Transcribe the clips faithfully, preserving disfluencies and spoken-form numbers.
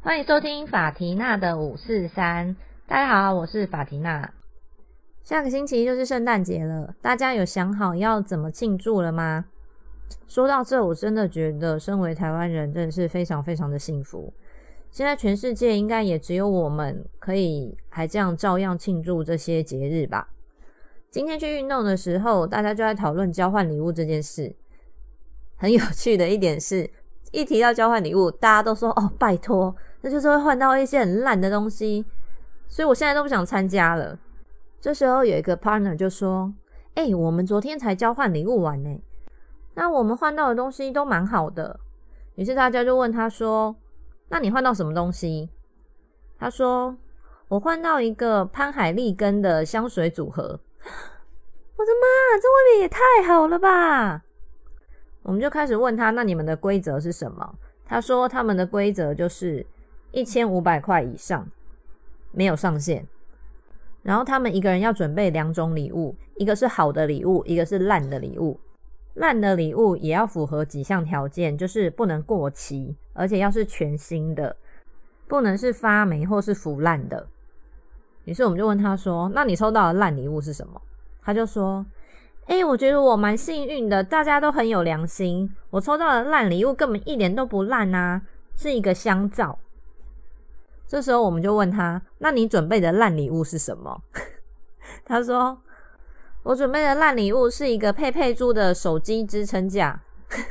欢迎收听法缇娜的五四三。大家好，我是法缇娜。下个星期就是圣诞节了，大家有想好要怎么庆祝了吗？说到这，我真的觉得身为台湾人真的是非常非常的幸福。现在全世界应该也只有我们可以还这样照样庆祝这些节日吧。今天去运动的时候，大家就在讨论交换礼物这件事。很有趣的一点是，一提到交换礼物，大家都说哦拜托，那就是会换到一些很烂的东西，所以我现在都不想参加了。这时候有一个 partner 就说，欸，我们昨天才交换礼物完耶，那我们换到的东西都蛮好的。于是大家就问他说，那你换到什么东西？他说，我换到一个潘海利根的香水组合。我的妈，这未免也太好了吧。我们就开始问他，那你们的规则是什么？他说他们的规则就是一千五百块以上，没有上限。然后他们一个人要准备两种礼物，一个是好的礼物，一个是烂的礼物。烂的礼物也要符合几项条件，就是不能过期，而且要是全新的，不能是发霉或是腐烂的。于是我们就问他说，那你抽到的烂礼物是什么？他就说，欸，我觉得我蛮幸运的，大家都很有良心，我抽到的烂礼物根本一点都不烂啊，是一个香皂。这时候我们就问他，那你准备的烂礼物是什么？他说，我准备的烂礼物是一个佩佩猪的手机支撑架。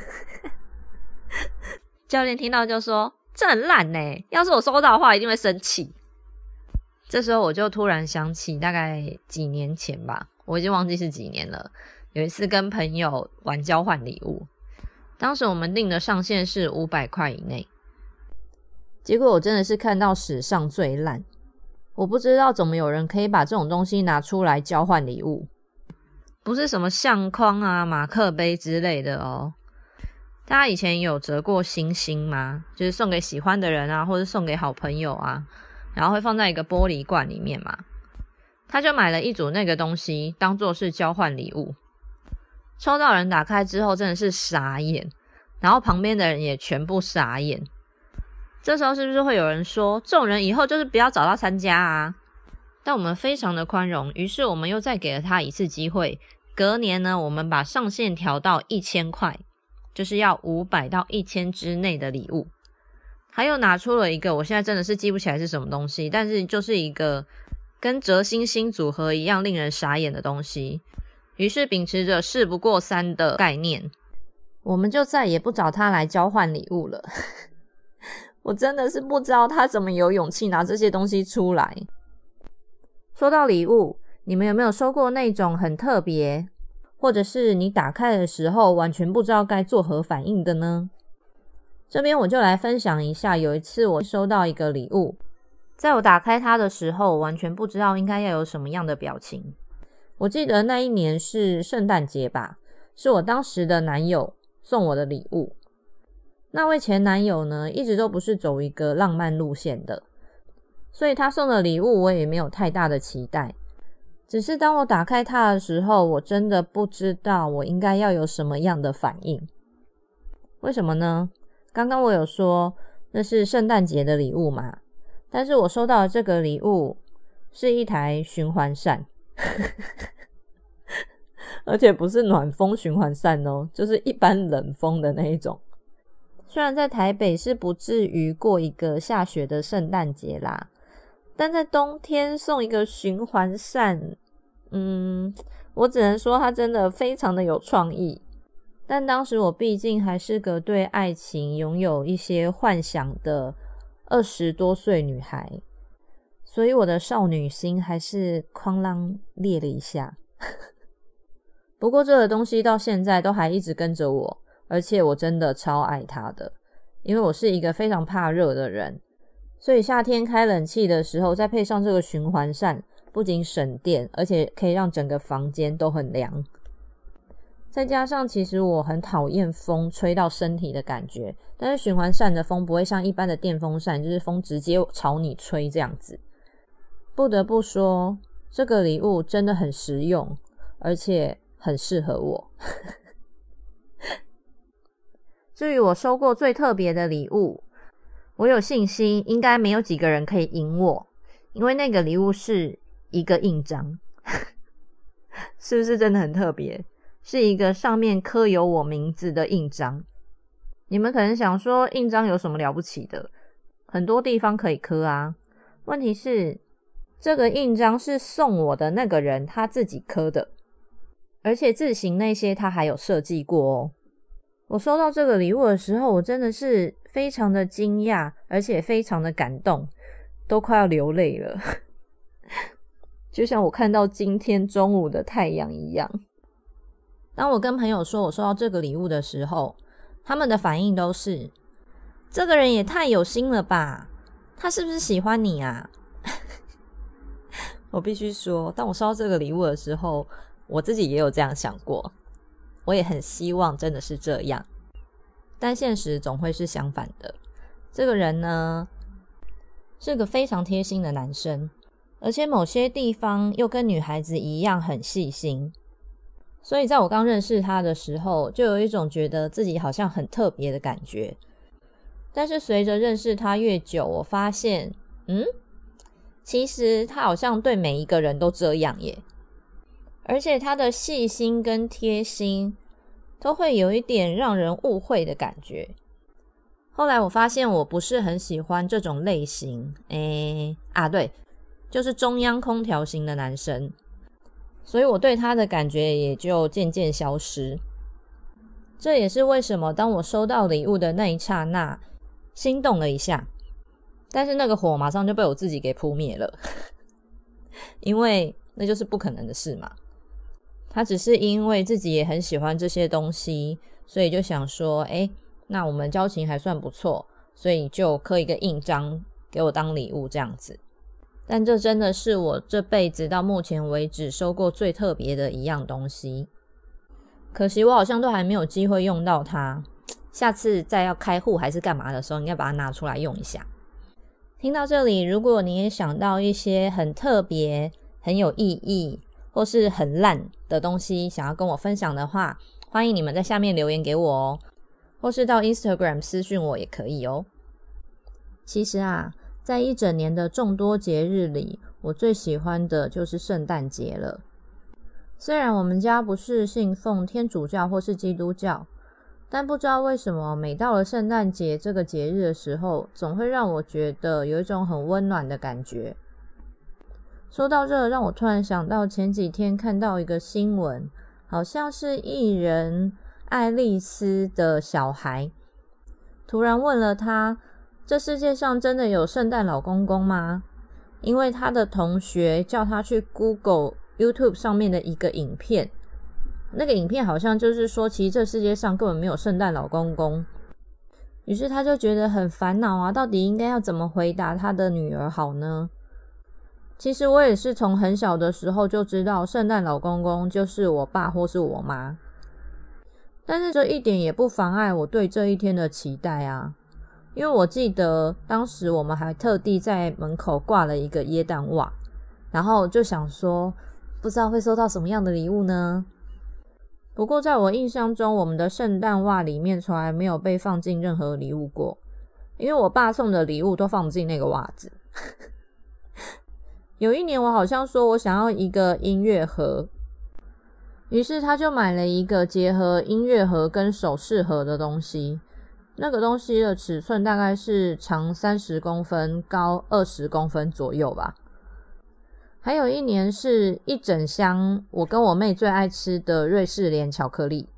教练听到就说，这很烂耶，要是我收到的话一定会生气。这时候我就突然想起大概几年前吧，我已经忘记是几年了，有一次跟朋友玩交换礼物，当时我们定的上限是五百块以内，结果我真的是看到史上最烂。我不知道怎么有人可以把这种东西拿出来交换礼物，不是什么相框啊、马克杯之类的哦。大家以前有折过星星吗？就是送给喜欢的人啊，或者送给好朋友啊，然后会放在一个玻璃罐里面嘛。他就买了一组那个东西当作是交换礼物，抽到人打开之后真的是傻眼，然后旁边的人也全部傻眼。这时候是不是会有人说，这种人以后就是不要找他参加啊？但我们非常的宽容，于是我们又再给了他一次机会。隔年呢，我们把上限调到一千块，就是要五百到一千之内的礼物。他又拿出了一个我现在真的是记不起来是什么东西，但是就是一个跟折星星组合一样令人傻眼的东西。于是秉持着事不过三的概念，我们就再也不找他来交换礼物了。我真的是不知道他怎么有勇气拿这些东西出来。说到礼物，你们有没有收过那种很特别，或者是你打开的时候完全不知道该作何反应的呢？这边我就来分享一下，有一次我收到一个礼物，在我打开它的时候完全不知道应该要有什么样的表情。我记得那一年是圣诞节吧，是我当时的男友送我的礼物。那位前男友呢，一直都不是走一个浪漫路线的，所以他送的礼物我也没有太大的期待。只是当我打开它的时候，我真的不知道我应该要有什么样的反应。为什么呢？刚刚我有说那是圣诞节的礼物嘛，但是我收到的这个礼物是一台循环扇。而且不是暖风循环扇哦，就是一般冷风的那一种。虽然在台北是不至于过一个下雪的圣诞节啦，但在冬天送一个循环扇，嗯，我只能说它真的非常的有创意。但当时我毕竟还是个对爱情拥有一些幻想的二十多岁女孩，所以我的少女心还是哐啷裂了一下。不过这个东西到现在都还一直跟着我，而且我真的超爱它的，因为我是一个非常怕热的人，所以夏天开冷气的时候再配上这个循环扇，不仅省电，而且可以让整个房间都很凉。再加上其实我很讨厌风吹到身体的感觉，但是循环扇的风不会像一般的电风扇，就是风直接朝你吹这样子。不得不说，这个礼物真的很实用，而且很适合我。至于我收过最特别的礼物， 我有信心应该没有几个人可以赢我，因为那个礼物是一个印章是不是真的很特别？是一个上面刻有我名字的印章。你们可能想说印章有什么了不起的，很多地方可以刻啊。问题是这个印章是送我的那个人他自己刻的，而且字形那些他还有设计过哦。我收到这个礼物的时候，我真的是非常的惊讶，而且非常的感动，都快要流泪了就像我看到今天中午的太阳一样。当我跟朋友说我收到这个礼物的时候，他们的反应都是，这个人也太有心了吧，他是不是喜欢你啊我必须说，当我收到这个礼物的时候，我自己也有这样想过，我也很希望真的是这样，但现实总会是相反的。这个人呢，是个非常贴心的男生，而且某些地方又跟女孩子一样很细心，所以在我刚认识他的时候，就有一种觉得自己好像很特别的感觉。但是随着认识他越久，我发现嗯，其实他好像对每一个人都这样耶，而且他的细心跟贴心都会有一点让人误会的感觉。后来我发现我不是很喜欢这种类型，诶啊对，就是中央空调型的男生，所以我对他的感觉也就渐渐消失。这也是为什么当我收到礼物的那一刹那心动了一下，但是那个火马上就被我自己给扑灭了因为那就是不可能的事嘛。他只是因为自己也很喜欢这些东西，所以就想说诶，那我们交情还算不错，所以就刻一个印章给我当礼物这样子。但这真的是我这辈子到目前为止收过最特别的一样东西，可惜我好像都还没有机会用到它，下次再要开户还是干嘛的时候应该把它拿出来用一下。听到这里，如果你也想到一些很特别很有意义或是很烂的东西想要跟我分享的话，欢迎你们在下面留言给我哦，或是到 Instagram 私讯我也可以哦。其实啊，在一整年的众多节日里，我最喜欢的就是圣诞节了。虽然我们家不是信奉天主教或是基督教，但不知道为什么每到了圣诞节这个节日的时候，总会让我觉得有一种很温暖的感觉。说到这，让我突然想到前几天看到一个新闻，好像是艺人爱丽丝的小孩突然问了他，这世界上真的有圣诞老公公吗？因为他的同学叫他去 Google YouTube 上面的一个影片，那个影片好像就是说其实这世界上根本没有圣诞老公公。于是他就觉得很烦恼啊，到底应该要怎么回答他的女儿好呢？其实我也是从很小的时候就知道圣诞老公公就是我爸或是我妈，但是这一点也不妨碍我对这一天的期待啊。因为我记得当时我们还特地在门口挂了一个耶诞袜，然后就想说不知道会收到什么样的礼物呢。不过在我印象中，我们的圣诞袜里面从来没有被放进任何礼物过，因为我爸送的礼物都放进那个袜子有一年我好像说我想要一个音乐盒，于是他就买了一个结合音乐盒跟首饰盒的东西，那个东西的尺寸大概是长三十公分，高二十公分左右吧。还有一年是一整箱我跟我妹最爱吃的瑞士莲巧克力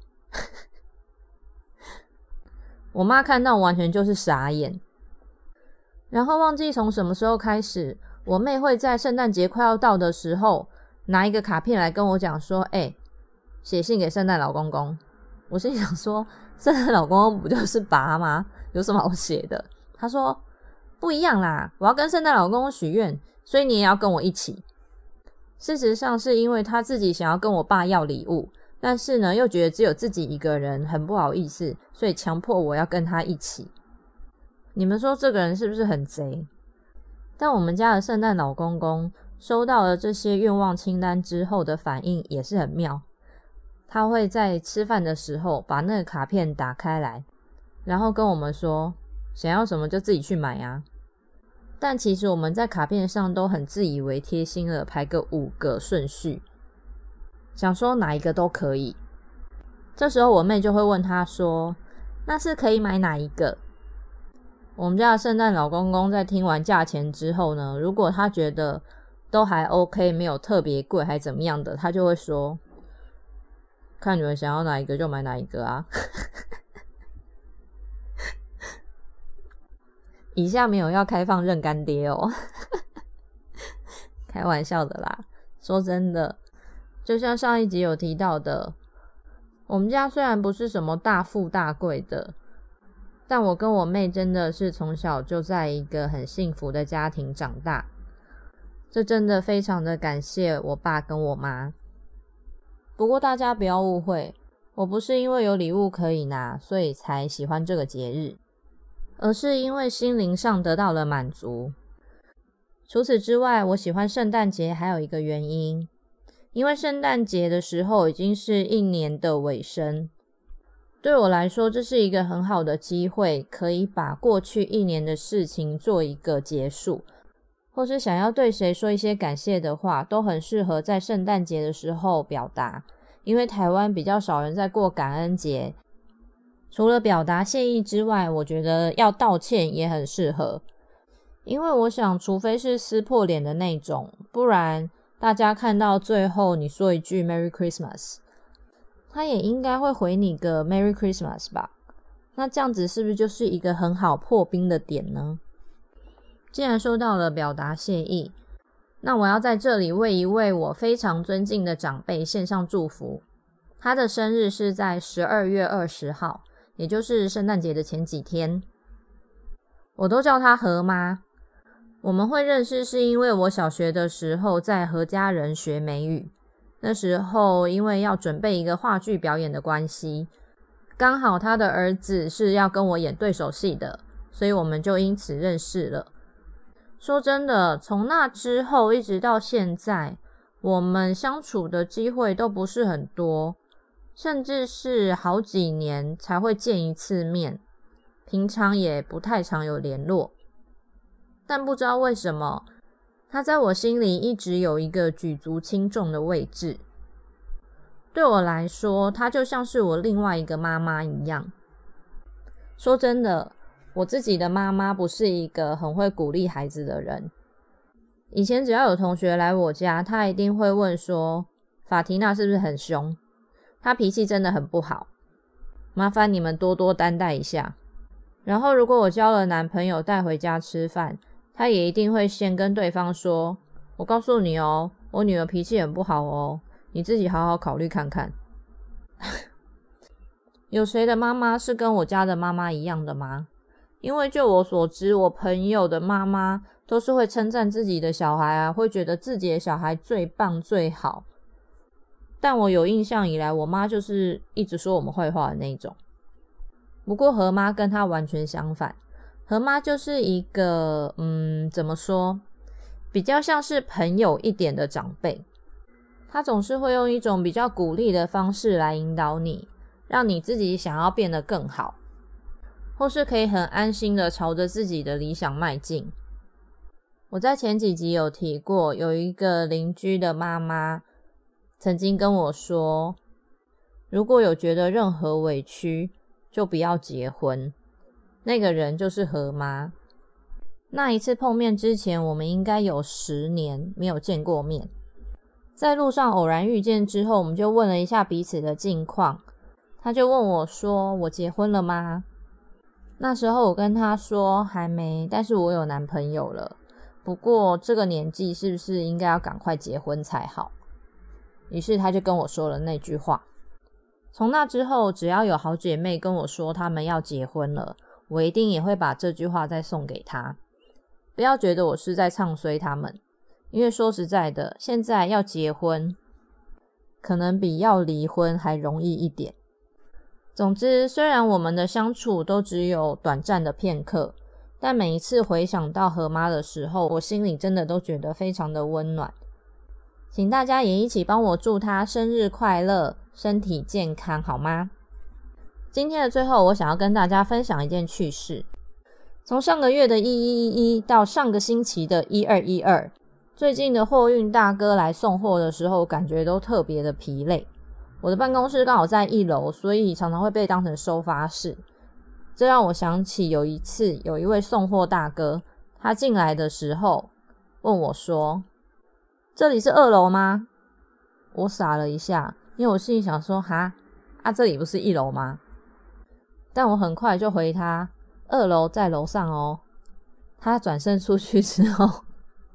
我妈看到完全就是傻眼。然后忘记从什么时候开始，我妹会在圣诞节快要到的时候拿一个卡片来跟我讲说诶，写信给圣诞老公公。我心想说圣诞老公公不就是爸吗？有什么好写的？他说不一样啦，我要跟圣诞老公公许愿，所以你也要跟我一起。事实上是因为他自己想要跟我爸要礼物，但是呢又觉得只有自己一个人很不好意思，所以强迫我要跟他一起。你们说这个人是不是很贼？但我们家的圣诞老公公收到了这些愿望清单之后的反应也是很妙，他会在吃饭的时候把那个卡片打开来，然后跟我们说想要什么就自己去买啊。但其实我们在卡片上都很自以为贴心了，排个五个顺序，想说哪一个都可以。这时候我妹就会问她说，那是可以买哪一个？我们家的圣诞老公公在听完价钱之后呢，如果他觉得都还 OK， 没有特别贵还怎么样的，他就会说，看你们想要哪一个就买哪一个啊。以下没有要开放认干爹哦。开玩笑的啦。说真的，就像上一集有提到的，我们家虽然不是什么大富大贵的，但我跟我妹真的是从小就在一个很幸福的家庭长大，这真的非常的感谢我爸跟我妈。不过大家不要误会，我不是因为有礼物可以拿，所以才喜欢这个节日，而是因为心灵上得到了满足。除此之外，我喜欢圣诞节还有一个原因，因为圣诞节的时候已经是一年的尾声，对我来说这是一个很好的机会，可以把过去一年的事情做一个结束，或是想要对谁说一些感谢的话，都很适合在圣诞节的时候表达。因为台湾比较少人在过感恩节，除了表达谢意之外，我觉得要道歉也很适合。因为我想除非是撕破脸的那种，不然大家看到最后你说一句 Merry Christmas， 他也应该会回你个 Merry Christmas 吧。那这样子是不是就是一个很好破冰的点呢？既然说到了表达谢意，那我要在这里为一位我非常尊敬的长辈献上祝福。他的生日是在十二月二十号，也就是圣诞节的前几天。我都叫他何妈。我们会认识是因为我小学的时候在何家人学美语，那时候因为要准备一个话剧表演的关系，刚好他的儿子是要跟我演对手戏的，所以我们就因此认识了。说真的，从那之后一直到现在，我们相处的机会都不是很多，甚至是好几年才会见一次面，平常也不太常有联络。但不知道为什么，他在我心里一直有一个举足轻重的位置。对我来说，他就像是我另外一个妈妈一样。说真的，我自己的妈妈不是一个很会鼓励孩子的人。以前只要有同学来我家，她一定会问说，法缇娜是不是很凶？她脾气真的很不好，麻烦你们多多担待一下。然后如果我交了男朋友带回家吃饭，她也一定会先跟对方说，我告诉你哦，我女儿脾气很不好哦，你自己好好考虑看看。有谁的妈妈是跟我家的妈妈一样的吗？因为就我所知，我朋友的妈妈都是会称赞自己的小孩啊，会觉得自己的小孩最棒最好。但我有印象以来，我妈就是一直说我们坏话的那种。不过何妈跟她完全相反，何妈就是一个嗯，怎么说，比较像是朋友一点的长辈。她总是会用一种比较鼓励的方式来引导你，让你自己想要变得更好，或是可以很安心的朝着自己的理想迈进。我在前几集有提过，有一个邻居的妈妈曾经跟我说，如果有觉得任何委屈，就不要结婚。那个人就是何妈。那一次碰面之前，我们应该有十年没有见过面。在路上偶然遇见之后，我们就问了一下彼此的近况。他就问我说，我结婚了吗？那时候我跟他说还没，但是我有男朋友了，不过这个年纪是不是应该要赶快结婚才好？于是他就跟我说了那句话。从那之后，只要有好姐妹跟我说她们要结婚了，我一定也会把这句话再送给她。不要觉得我是在唱衰她们，因为说实在的，现在要结婚可能比要离婚还容易一点。总之，虽然我们的相处都只有短暂的片刻，但每一次回想到何妈的时候，我心里真的都觉得非常的温暖。请大家也一起帮我祝她生日快乐，身体健康，好吗？今天的最后，我想要跟大家分享一件趣事。 从上个月的一一一一到上个星期的一二一二，最近的货运大哥来送货的时候，感觉都特别的疲累。我的办公室刚好在一楼，所以常常会被当成收发室。这让我想起有一次，有一位送货大哥，他进来的时候问我说：“这里是二楼吗？”我傻了一下，因为我心里想说：“哈，啊，这里不是一楼吗？”但我很快就回他：“二楼在楼上哦。”他转身出去之后，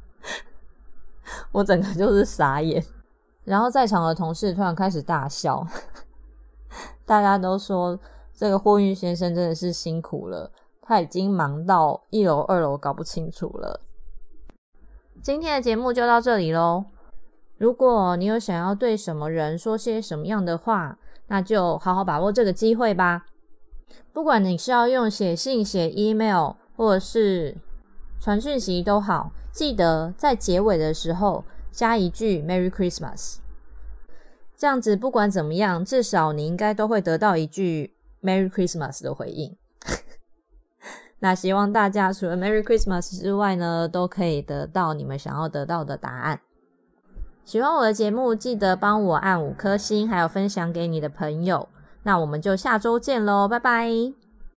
我整个就是傻眼。然后在场的同事突然开始大笑，大家都说这个货运先生真的是辛苦了，他已经忙到一楼二楼搞不清楚了。今天的节目就到这里咯。如果你有想要对什么人说些什么样的话，那就好好把握这个机会吧。不管你是要用写信、写 email 或者是传讯息都好，记得在结尾的时候加一句 Merry Christmas， 这样子不管怎么样，至少你应该都会得到一句 Merry Christmas 的回应。那希望大家除了 Merry Christmas 之外呢，都可以得到你们想要得到的答案。喜欢我的节目，记得帮我按五颗星，还有分享给你的朋友。那我们就下周见咯，拜拜。